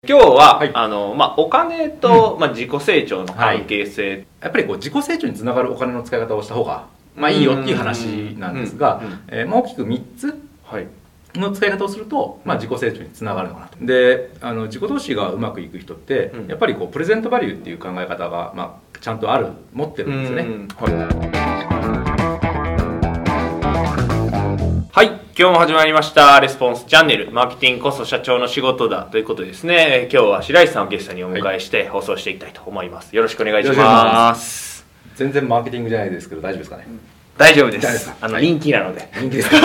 今日は、 はい、 お金と、自己成長の関係性、 はい、やっぱり自己成長につながるお金の使い方をした方がいいよっていう話なんですが、大きく3つの使い方をすると、自己成長につながるのかなと。で、自己投資がうまくいく人って、やっぱりプレゼントバリューっていう考え方が、ちゃんと持ってるんですよね。 はい、今日も始まりましたレスポンスチャンネル、マーケティングこそ社長の仕事だということでですね、今日は白石さんをゲストにお迎えして放送していきたいと思います。よろしくお願いします。 全然マーケティングじゃないですけど大丈夫ですかね。 大丈夫です。人気なので。 人気ですか。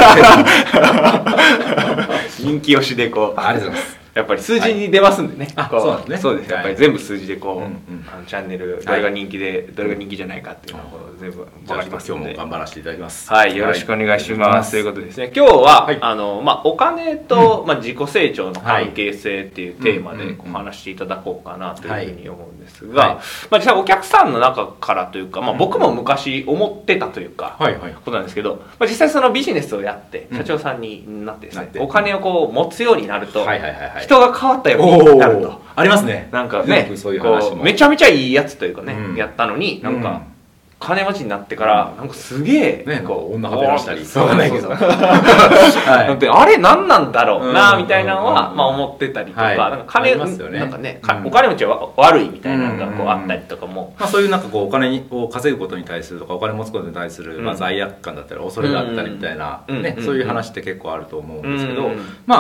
人気推しでありがとうございます。 やっぱり数字に出ますんでね。 そうなんですね。 そうです。やっぱり全部数字でチャンネルどれが人気でどれが人気じゃないかっていうのを全部分かりますので。 今日も頑張らせていただきます。 はい、よろしくお願いします。ということでですね、今日はお金と自己成長の関係性っていうテーマでお話していただこうかなというふうに思うんですが、実際お客さんの中からというか、僕も昔思ってたというかことなんですけど、実際そのビジネスをやって社長さんになってですね、お金を持つようになると。人が変わったようになると。 ありますね。 なんかね、めちゃめちゃいいやつというかね、やったのに、なんか、金持ちになってから、なんかすげえ、 女はべらしたり、そうなんないけど。 あれ何なんだろうな、みたいなのは、思ってたりとか、なんか金、なんかね、お金持ちは悪いみたいなのがあったりとかも。 そういうなんかお金を稼ぐことに対するとか、お金持つことに対する罪悪感だったり、恐れだったりみたいな、そういう話って結構あると思うんですけど、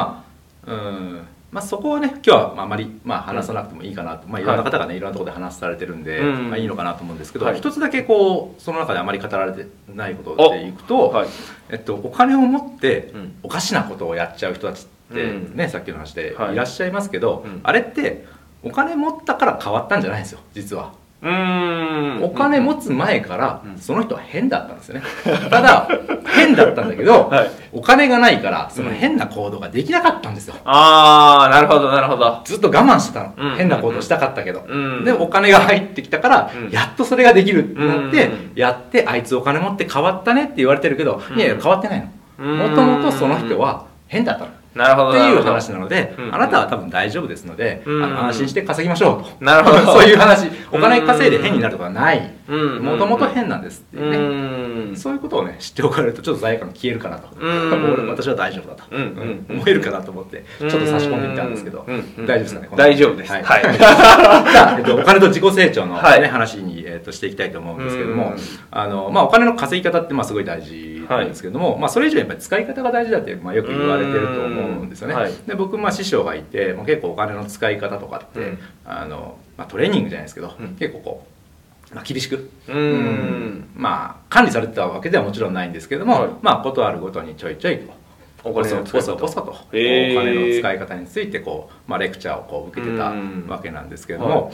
そこはね、今日はあまり話さなくてもいいかなと、いろんな方がねいろんなところで話されてるんで、いいのかなと思うんですけど、一つだけその中であまり語られてないことでいくと、お金を持っておかしなことをやっちゃう人たちってね、さっきの話でいらっしゃいますけど、あれってお金持ったから変わったんじゃないんですよ、実は。お金持つ前からその人は変だったんですよね。ただ変だったんだけど、お金がないからその変な行動ができなかったんですよ。 ああ、なるほどなるほど。 ずっと我慢してたの。変な行動したかったけど、でお金が入ってきたからやっとそれができるってなってやって、あいつお金持って変わったねって言われてるけど、いやいや変わってないの。もともとその人は変だったの。 なるほどっていう話なので、あなたは多分大丈夫ですので、安心して稼ぎましょうと。 なるほど。 そういう話。お金稼いで変になるとかない。もともと変なんですっていうね。そういうことをね知っておかれるとちょっと罪悪感が消えるかなと。私は大丈夫だと思えるかなと思ってちょっと差し込んでみたんですけど、大丈夫ですかね。 大丈夫です。はい。 じゃあお金と自己成長の話にしていきたいと思うんですけども、お金の稼ぎ方ってすごい大事なんですけども、それ以上にやっぱり使い方が大事だってよく言われてると思うんですよね。で僕師匠がいて結構お金の使い方とかってトレーニングじゃないですけど結構厳しく管理されてたわけではもちろんないんですけども、ことあるごとにちょいちょいボソボソとお金の使い方についてレクチャーを受けてたわけなんですけれども、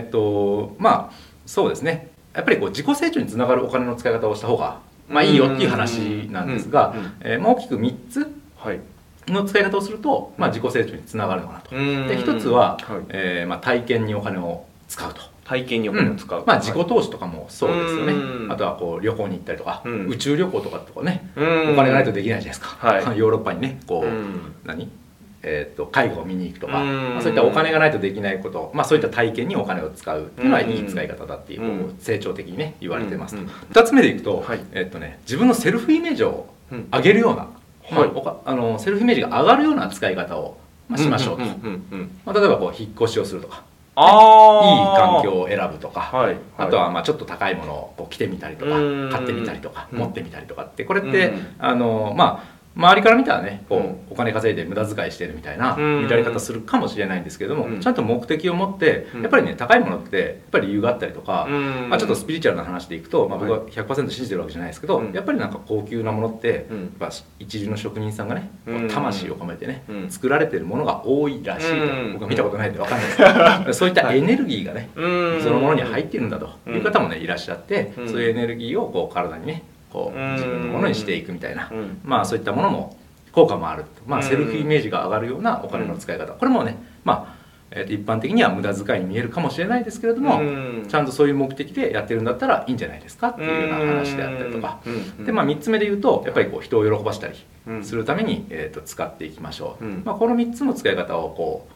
そうですね、やっぱり自己成長につながるお金の使い方をした方がいいよっていう話なんですが、大きく3つの使い方をすると自己成長につながるのかなと。で一つは体験にお金を使うと。 体験にお金を使う。 自己投資とかもそうですよね。あとは旅行に行ったりとか、宇宙旅行とかね、お金がないとできないじゃないですか。ヨーロッパにね、海外を見に行くとか、そういったお金がないとできないこと、そういった体験にお金を使うっていうのはいい使い方だっていう成長的にね言われてますと。2つ目でいくと、自分のセルフイメージを上げるような、セルフイメージが上がるような使い方をしましょうと。例えば引っ越しをするとか。いい環境を選ぶとか、あとはちょっと高いものを着てみたりとか買ってみたりとか持ってみたりとかって、これって周りから見たらねお金稼いで無駄遣いしてるみたいな見られ方するかもしれないんですけども、ちゃんと目的を持ってやっぱりね高いものってやっぱり理由があったりとか、ちょっとスピリチュアルな話でいくと僕は 100% 信じてるわけじゃないですけど、やっぱりなんか高級なものってやっぱ一流の職人さんがね魂を込めてね作られてるものが多いらしいと。僕は見たことないんで分かんないですけど、そういったエネルギーがねそのものに入っているんだという方もねいらっしゃって、そういうエネルギーを体にね自分のものにしていくみたいな、そういったものも効果もあると。セルフイメージが上がるようなお金の使い方、これもね一般的には無駄遣いに見えるかもしれないですけれども、ちゃんとそういう目的でやってるんだったらいいんじゃないですかっていうような話であったりとかで、3つ目で言うとやっぱり人を喜ばしたりするために使っていきましょう。この3つの使い方を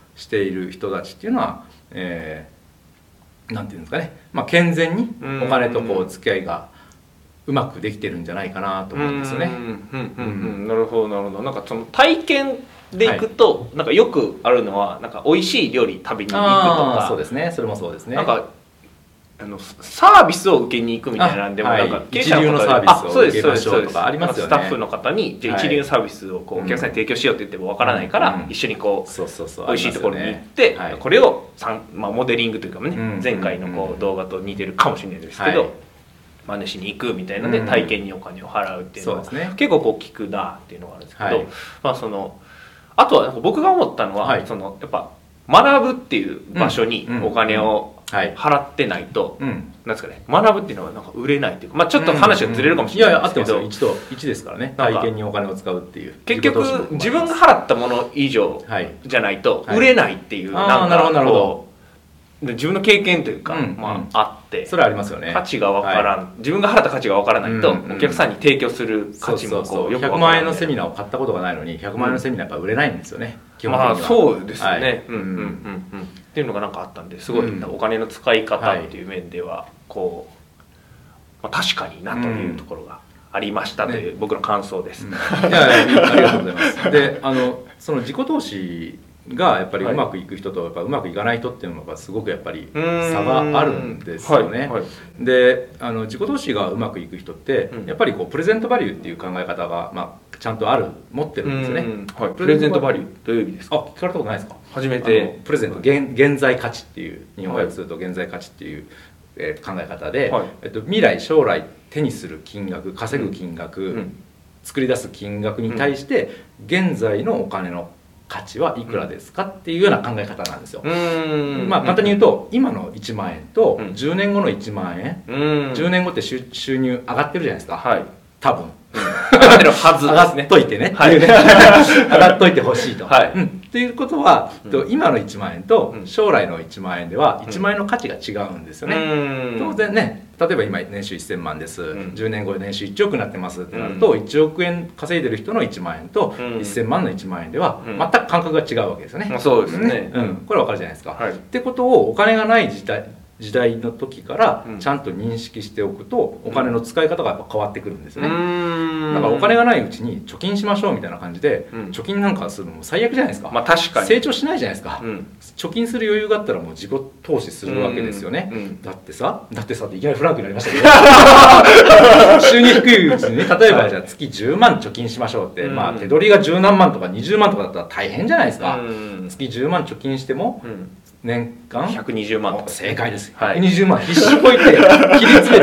している人たちっていうのは、なんていうんですかね、健全にお金とこう付き合いがうまくできてるんじゃないかなと思うんですよね。 なるほどなるほど。なんかその体験で行くと、なんかよくあるのはなんか美味しい料理食べに行くとか、 そうですね、それもそうですね。 なんかサービスを受けに行くみたいなんでも、なんか一流のサービスを受けましょうとかありますよね。 スタッフの方にじゃあ一流のサービスをこうお客さんに提供しようって言ってもわからないから、一緒にこう美味しいところに行って、これをモデリングというかね、前回のこう動画と似てるかもしれないですけど、真似しに行くみたいなので体験にお金を払うっていうのは結構こう聞くなっていうのがあるんですけど、あとは僕が思ったのは、やっぱ学ぶっていう場所にお金を払ってないと、なんですかね、学ぶっていうのはなんか売れないっていうか、ちょっと話がずれるかもしれないですけど、 1ですからね、体験にお金を使うっていう。 結局自分が払ったもの以上じゃないと売れないっていう、なんかこう自分の経験というかあって、 それありますよね。 価値が分からん、自分が払った価値が分からないとお客さんに提供する価値もこうよく分からない。 100万円のセミナーを買ったことがないのに100万円のセミナーやっぱ売れないんですよね、基本的には。 そうですね。っていうのがなんかあったんで、すごいお金の使い方っていう面ではこう確かになというところがありましたという僕の感想です。 いやありがとうございます。でその自己投資がやっぱりうまくいく人とやっぱうまくいかない人っていうのがすごくやっぱり差があるんですよね。で自己投資がうまくいく人ってやっぱりこうプレゼントバリューっていう考え方がちゃんと持ってるんですよね。 プレゼントバリューどういう意味ですか？ 聞かれたことないですか？ 初めて。 プレゼント現在価値っていう、日本語訳すると現在価値っていう考え方で、未来将来手にする金額、稼ぐ金額、作り出す金額に対して現在のお金の価値はいくらですかっていうような考え方なんですよ。簡単に言うと今の1万円と10年後の1万円、10年後って収入上がってるじゃないですか、多分上がってるはずですね。 上がっといてね、上がっといてほしいと。っていうことは、今の1万円と将来の1万円では1万円の価値が違うんですよね。当然ね、例えば今年収1000万です、10年後年収1億になってますってなると、1億円稼いでる人の1万円と1000万の1万円では全く感覚が違うわけですよね。 そうですね。 これは分かるじゃないですか。ってことをお金がない時代の時からちゃんと認識しておくと、お金の使い方がやっぱ変わってくるんですよね。だからお金がないうちに貯金しましょうみたいな感じで、貯金なんかするのも最悪じゃないですか。 確かに成長しないじゃないですか。貯金する余裕があったらもう自己投資するわけですよね。だってさっていきなりフランクになりましたけど収入低いうちにね、例えばじゃあ月10万貯金しましょうって、手取りが10何万とか20万とかだったら大変じゃないですか。月10万貯金しても年間 120万とか。 正解です。120万必死こいて切り詰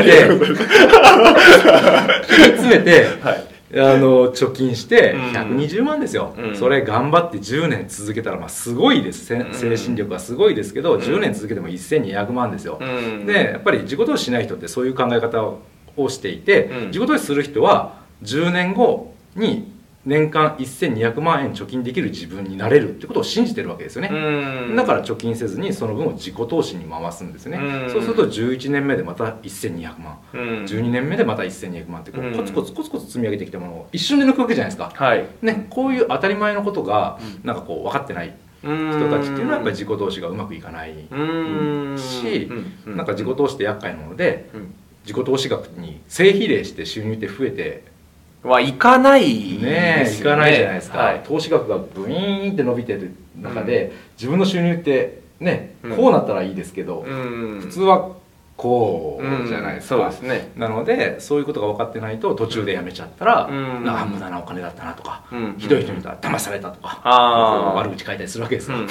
めて貯金して120万ですよ。それ頑張って10年続けたらすごいです。精神力はすごいですけど、10年続けても1200万ですよ。でやっぱり自己投資しない人ってそういう考え方をしていて、自己投資する人は10年後に年間1200万円貯金できる自分になれるってことを信じてるわけですよね。だから貯金せずにその分を自己投資に回すんですね。そうすると11年目でまた1200万、12年目でまた1200万ってこうコツコツコツコツ積み上げてきたものを一瞬で抜くわけじゃないですか。こういう当たり前のことがなんかこう分かってない人たちっていうのはやっぱり自己投資がうまくいかないし、なんか自己投資って厄介なもので、自己投資額に正比例して収入って増えてはいかないですよね。いかないじゃないですか。投資額がブイーンって伸びてる中で、自分の収入ってね、こうなったらいいですけど、普通はこうじゃないですか。なのでそういうことが分かってないと途中でやめちゃったら、無駄なお金だったなとか、ひどい人に言ったら騙されたとか、悪口書いたりするわけですよ。やっ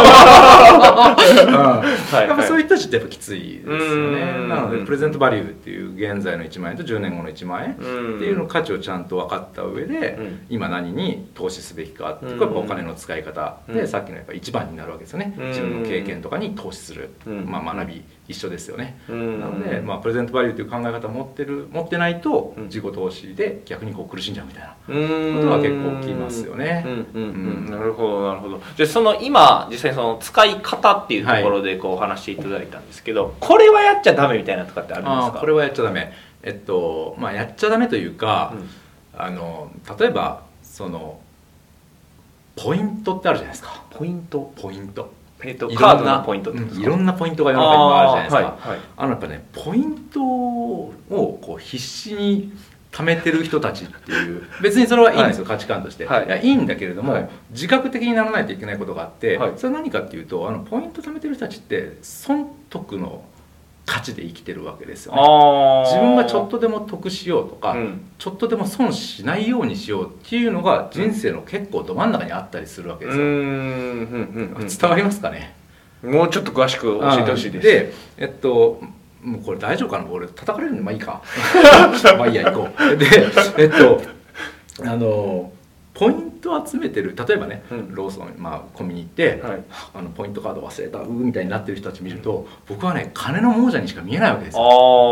ぱそういう人たちってやっぱきついですよね。なのでプレゼントバリューっていう現在の1万円と10年後の1万円っていうの価値をちゃんと分かった上で、今何に投資すべきかっていうか、お金の使い方でさっきのやっぱ一番になるわけですよね。自分の経験とかに投資する、学び一緒ですよね。なので、プレゼントバリューという考え方を持ってないと自己投資で逆にこう苦しんじゃうみたいなことは結構起きますよね。 なるほどなるほど。じゃあその今実際その使い方っていうところでこう話していただいたんですけど、これはやっちゃダメみたいなとかってあるんですか？ これはやっちゃダメ。やっちゃダメというか、例えばそのポイントってあるじゃないですか。 ポイントカードのポイントってことですか？ いろんなポイントが世の中にもあるじゃないですか。 はいはい、 やっぱねポイントをこう必死に貯めてる人たちっていう別にそれはいいんですよ、価値観として、いやいいんだけれども、自覚的にならないといけないことがあって、それは何かっていうとポイント貯めてる人たちって損得の価値で生きてるわけですよね。自分がちょっとでも得しようとか、ちょっとでも損しないようにしようっていうのが人生の結構ど真ん中にあったりするわけですよ。伝わりますかね？ もうちょっと詳しく教えてほしいです。 でもうこれ大丈夫かな、俺叩かれるんでまあいいかまあいいや行こう。でポイント集めてる、例えばね、ローソン、コンビニ行って、ポイントカード忘れたみたいになってる人たち見ると、僕はね金の亡者にしか見えないわけですよ。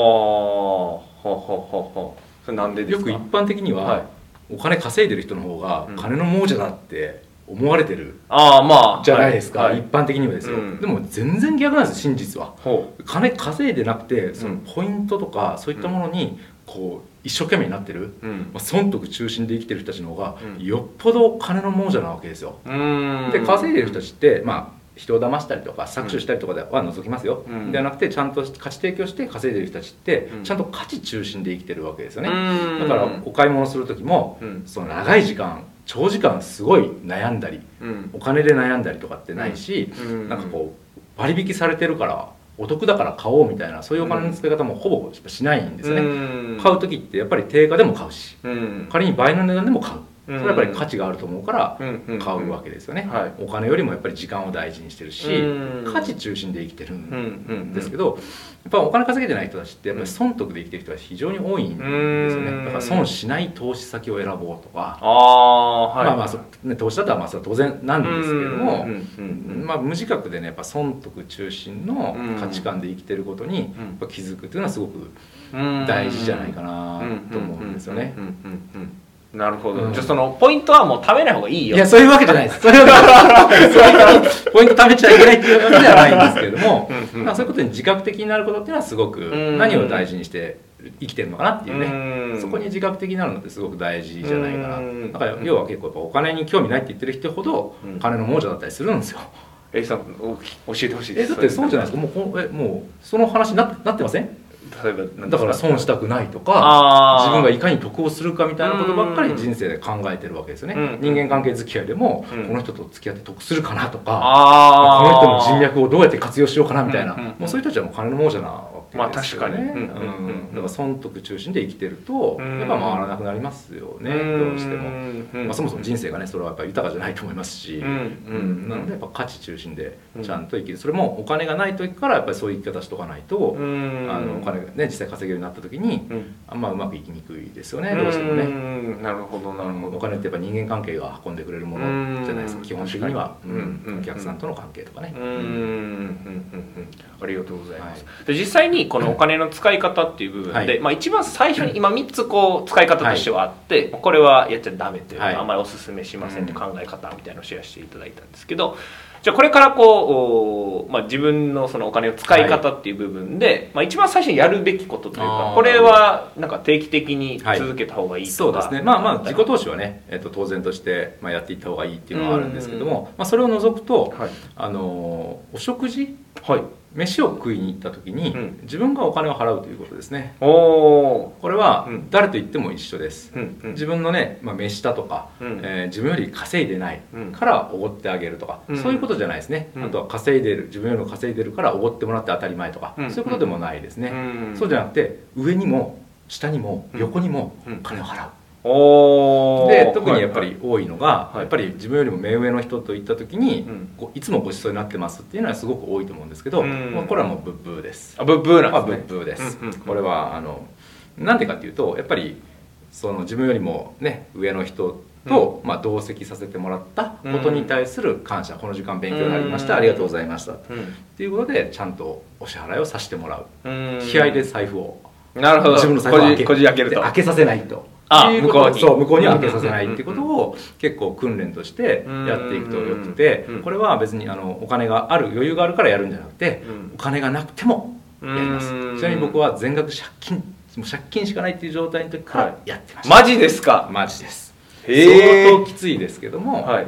それなんでですか？ よく一般的には、お金稼いでる人の方が金の亡者だって思われてるじゃないですか、一般的にはですよ。でも全然逆なんです、真実は。金稼いでなくてそのポイントとかそういったものにこう一生懸命になってる、損得中心で生きてる人たちの方がよっぽど金の亡者なわけですよ。で稼いでる人たちって人を騙したりとか搾取したりとかでは除きますよ、ではなくてちゃんと価値提供して稼いでる人たちってちゃんと価値中心で生きてるわけですよね。だからお買い物する時もその長い時間長時間すごい悩んだり、お金で悩んだりとかってないし、なんかこう割引されてるからお得だから買おうみたいなそういうお金の使い方もほぼしないんですよね。買う時ってやっぱり定価でも買うし、仮に倍の値段でも買う。それはやっぱり価値があると思うから買うわけですよね。お金よりもやっぱり時間を大事にしてるし、価値中心で生きてるんですけど、やっぱお金稼げてない人たちってやっぱり損得で生きてる人が非常に多いんですよね。だから損しない投資先を選ぼうとか、投資だったらそれは当然なんですけれども、無自覚でねやっぱ損得中心の価値観で生きてることにやっぱ気づくっていうのはすごく大事じゃないかなと思うんですよね。 なるほど、じゃあそのポイントはもう貯めない方がいいよ。 いやそういうわけじゃないです。それはポイント貯めちゃいけないっていうわけではないんですけれどもそういうことに自覚的になることっていうのはすごく何を大事にして生きてるのかなっていうね、そこに自覚的になるのってすごく大事じゃないかな。だから要は結構やっぱお金に興味ないって言ってる人ほど金の亡者だったりするんですよ。 さん教えてほしいです。 だってそうじゃないですか。もうその話なってません？例えばだから損したくないとか自分がいかに得をするかみたいなことばっかり人生で考えてるわけですよね。人間関係付き合いでもこの人と付き合って得するかなとか、この人の人脈をどうやって活用しようかなみたいな、もうそういう人たちはもう金の亡者なわけですよね。だから損得中心で生きてるとやっぱ回らなくなりますよね、どうしても。そもそも人生がねそれはやっぱり豊かじゃないと思いますし、なのでやっぱ価値中心でちゃんと生きる。それもお金がない時からやっぱりそういう生き方しとかないとお金がね実際稼げるようになった時にあんまうまくいきにくいですよね、どうしてもね。 なるほどなるほど。 お金ってやっぱ人間関係が運んでくれるものじゃないですか、基本的には。お客さんとの関係とかね。 ありがとうございます。で実際にこのお金の使い方っていう部分で、一番最初に今3つこう使い方としてはあって、これはやっちゃダメというかあんまりおすすめしませんという考え方みたいなのをシェアしていただいたんですけど、じゃあこれからこう、自分のそのお金の使い方っていう部分で、一番最初にやるべきことというか、これはなんか定期的に続けた方がいいとか、 そうですね。自己投資はね、当然としてやっていった方がいいっていうのはあるんですけども、それを除くと、お食事、飯を食いに行った時に自分がお金を払うということですね。これは誰と言っても一緒です。自分のね、飯だとか、自分より稼いでないからおごってあげるとか、そういうことじゃないですね。あとは稼いでる、自分よりも稼いでるからおごってもらって当たり前とか、そういうことでもないですね。そうじゃなくて上にも下にも横にもお金を払う。で特にやっぱり多いのが、やっぱり自分よりも目上の人と行った時に、いつもごちそうになってますっていうのはすごく多いと思うんですけど、これはもうブッブーです。 ブッブーなんですね。 ブッブーです。これはなんでかっていうとやっぱりその自分よりもね上の人と同席させてもらったことに対する感謝、この時間勉強になりました、ありがとうございましたっていうことでちゃんとお支払いをさせてもらう。気合で財布を、 なるほど、 自分の財布をこじ開けると開けさせないと。向こうには開けさせないっていうことを結構訓練としてやっていくとよくて、これは別にお金がある余裕があるからやるんじゃなくて、お金がなくてもやります。ちなみに僕は全額借金しかないっていう状態の時からやってました。 マジですか？ マジです。相当きついですけども、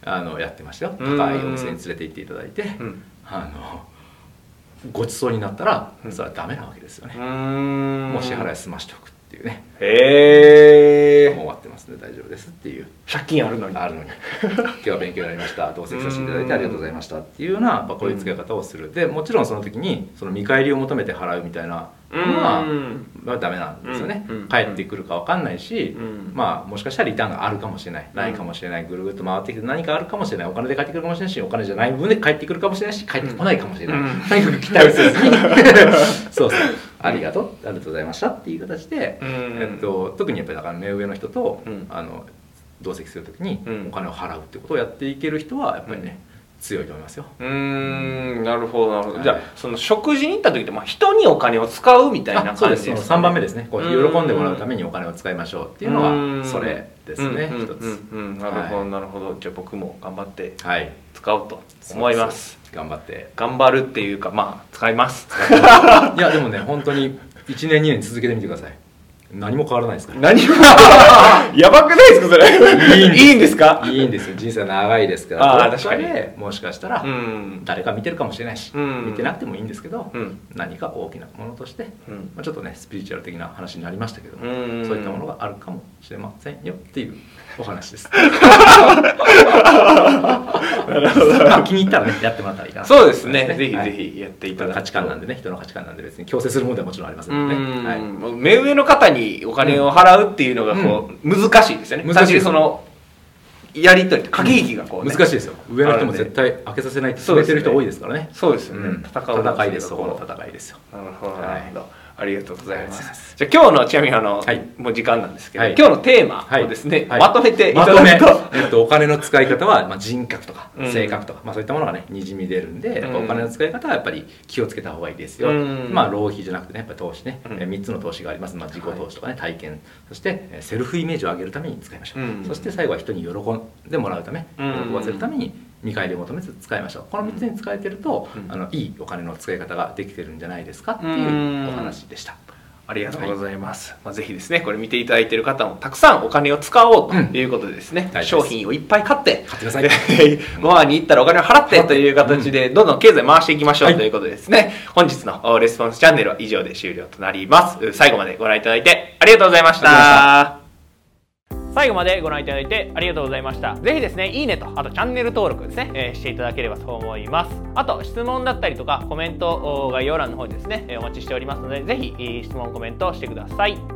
やってましたよ。高いお店に連れて行っていただいて、ごちそうになったらそれはダメなわけですよね。もう支払い済ましておくっていうね。 へえ。 もう終わってますね、大丈夫ですっていう。 借金あるのに今日は勉強になりました、同席させていただいてありがとうございましたっていうような、こういう使い方をする。でもちろんその時にその見返りを求めて払うみたいなのはダメなんですよね。帰ってくるか分かんないし、もしかしたらリターンがあるかもしれない、ないかもしれない、ぐるぐると回ってきて何かあるかもしれない、お金で帰ってくるかもしれないし、お金じゃない分で帰ってくるかもしれないし、帰ってこないかもしれない、とにかく期待せずにそうありがとうございましたっていう形で、特にやっぱりだから目上の人と同席する時にお金を払うってことをやっていける人はやっぱりね、強いと思いますよ。 なるほどなるほど。じゃあその食事に行った時って人にお金を使うみたいな感じですかね。 3番目ですね。こう喜んでもらうためにお金を使いましょうっていうのはそれですね、一つ。 なるほどなるほど。じゃあ僕も頑張って使おうと思います。 頑張って頑張るっていうか使います。 いやでもね、本当に1年2年続けてみてください。何も変わらないですから。 何もやばくないですかそれ。いいんですか。 いいんですよ。人生は長いですから。 確かに。 もしかしたら誰か見てるかもしれないし、見てなくてもいいんですけど、何か大きなものとして、ちょっとねスピリチュアル的な話になりましたけども、そういったものがあるかもしれませんよっていうお話です。気に入ったらねやってもらったらいいかな。 そうですね。ぜひぜひやっていただく。 価値観なんでね、人の価値観なんで別に強制するものではもちろんありませんのでね。 目上の方にお金を払うっていうのが難しいですよね。 難しい。 そのやり取り駆け引きが難しいですよ。上の人も絶対開けさせないって決めてる人多いですからね。 そうですよね。 戦いです。そこの戦いですよ。 なるほどなるほど。ありがとうございます。じゃあ今日のちなみにもう時間なんですけど、今日のテーマをですねまとめていただくと、 お金の使い方は人格とか性格とかそういったものがねにじみ出るんで、お金の使い方はやっぱり気をつけた方がいいですよ。浪費じゃなくてね、やっぱり投資ね、3つの投資があります。自己投資とかね、体験、そしてセルフイメージを上げるために使いましょう。そして最後は人に喜んでもらうため、喜ばせるために見返りを求めず使いましょう。この3つに使えてるといいお金の使い方ができてるんじゃないですかっていうお話でした。 ありがとうございます。ぜひですね、これ見ていただいている方もたくさんお金を使おうということでですね、商品をいっぱい買ってください。 モアに行ったらお金を払ってという形でどんどん経済回していきましょうということでですね、本日のレスポンスチャンネルは以上で終了となります。最後までご覧いただいてありがとうございました。最後までご覧いただいてありがとうございました。ぜひですね、いいねと、あとチャンネル登録ですね、していただければと思います。あと、質問だったりとか、コメント概要欄の方にですね、お待ちしておりますので、ぜひ質問、コメントしてください。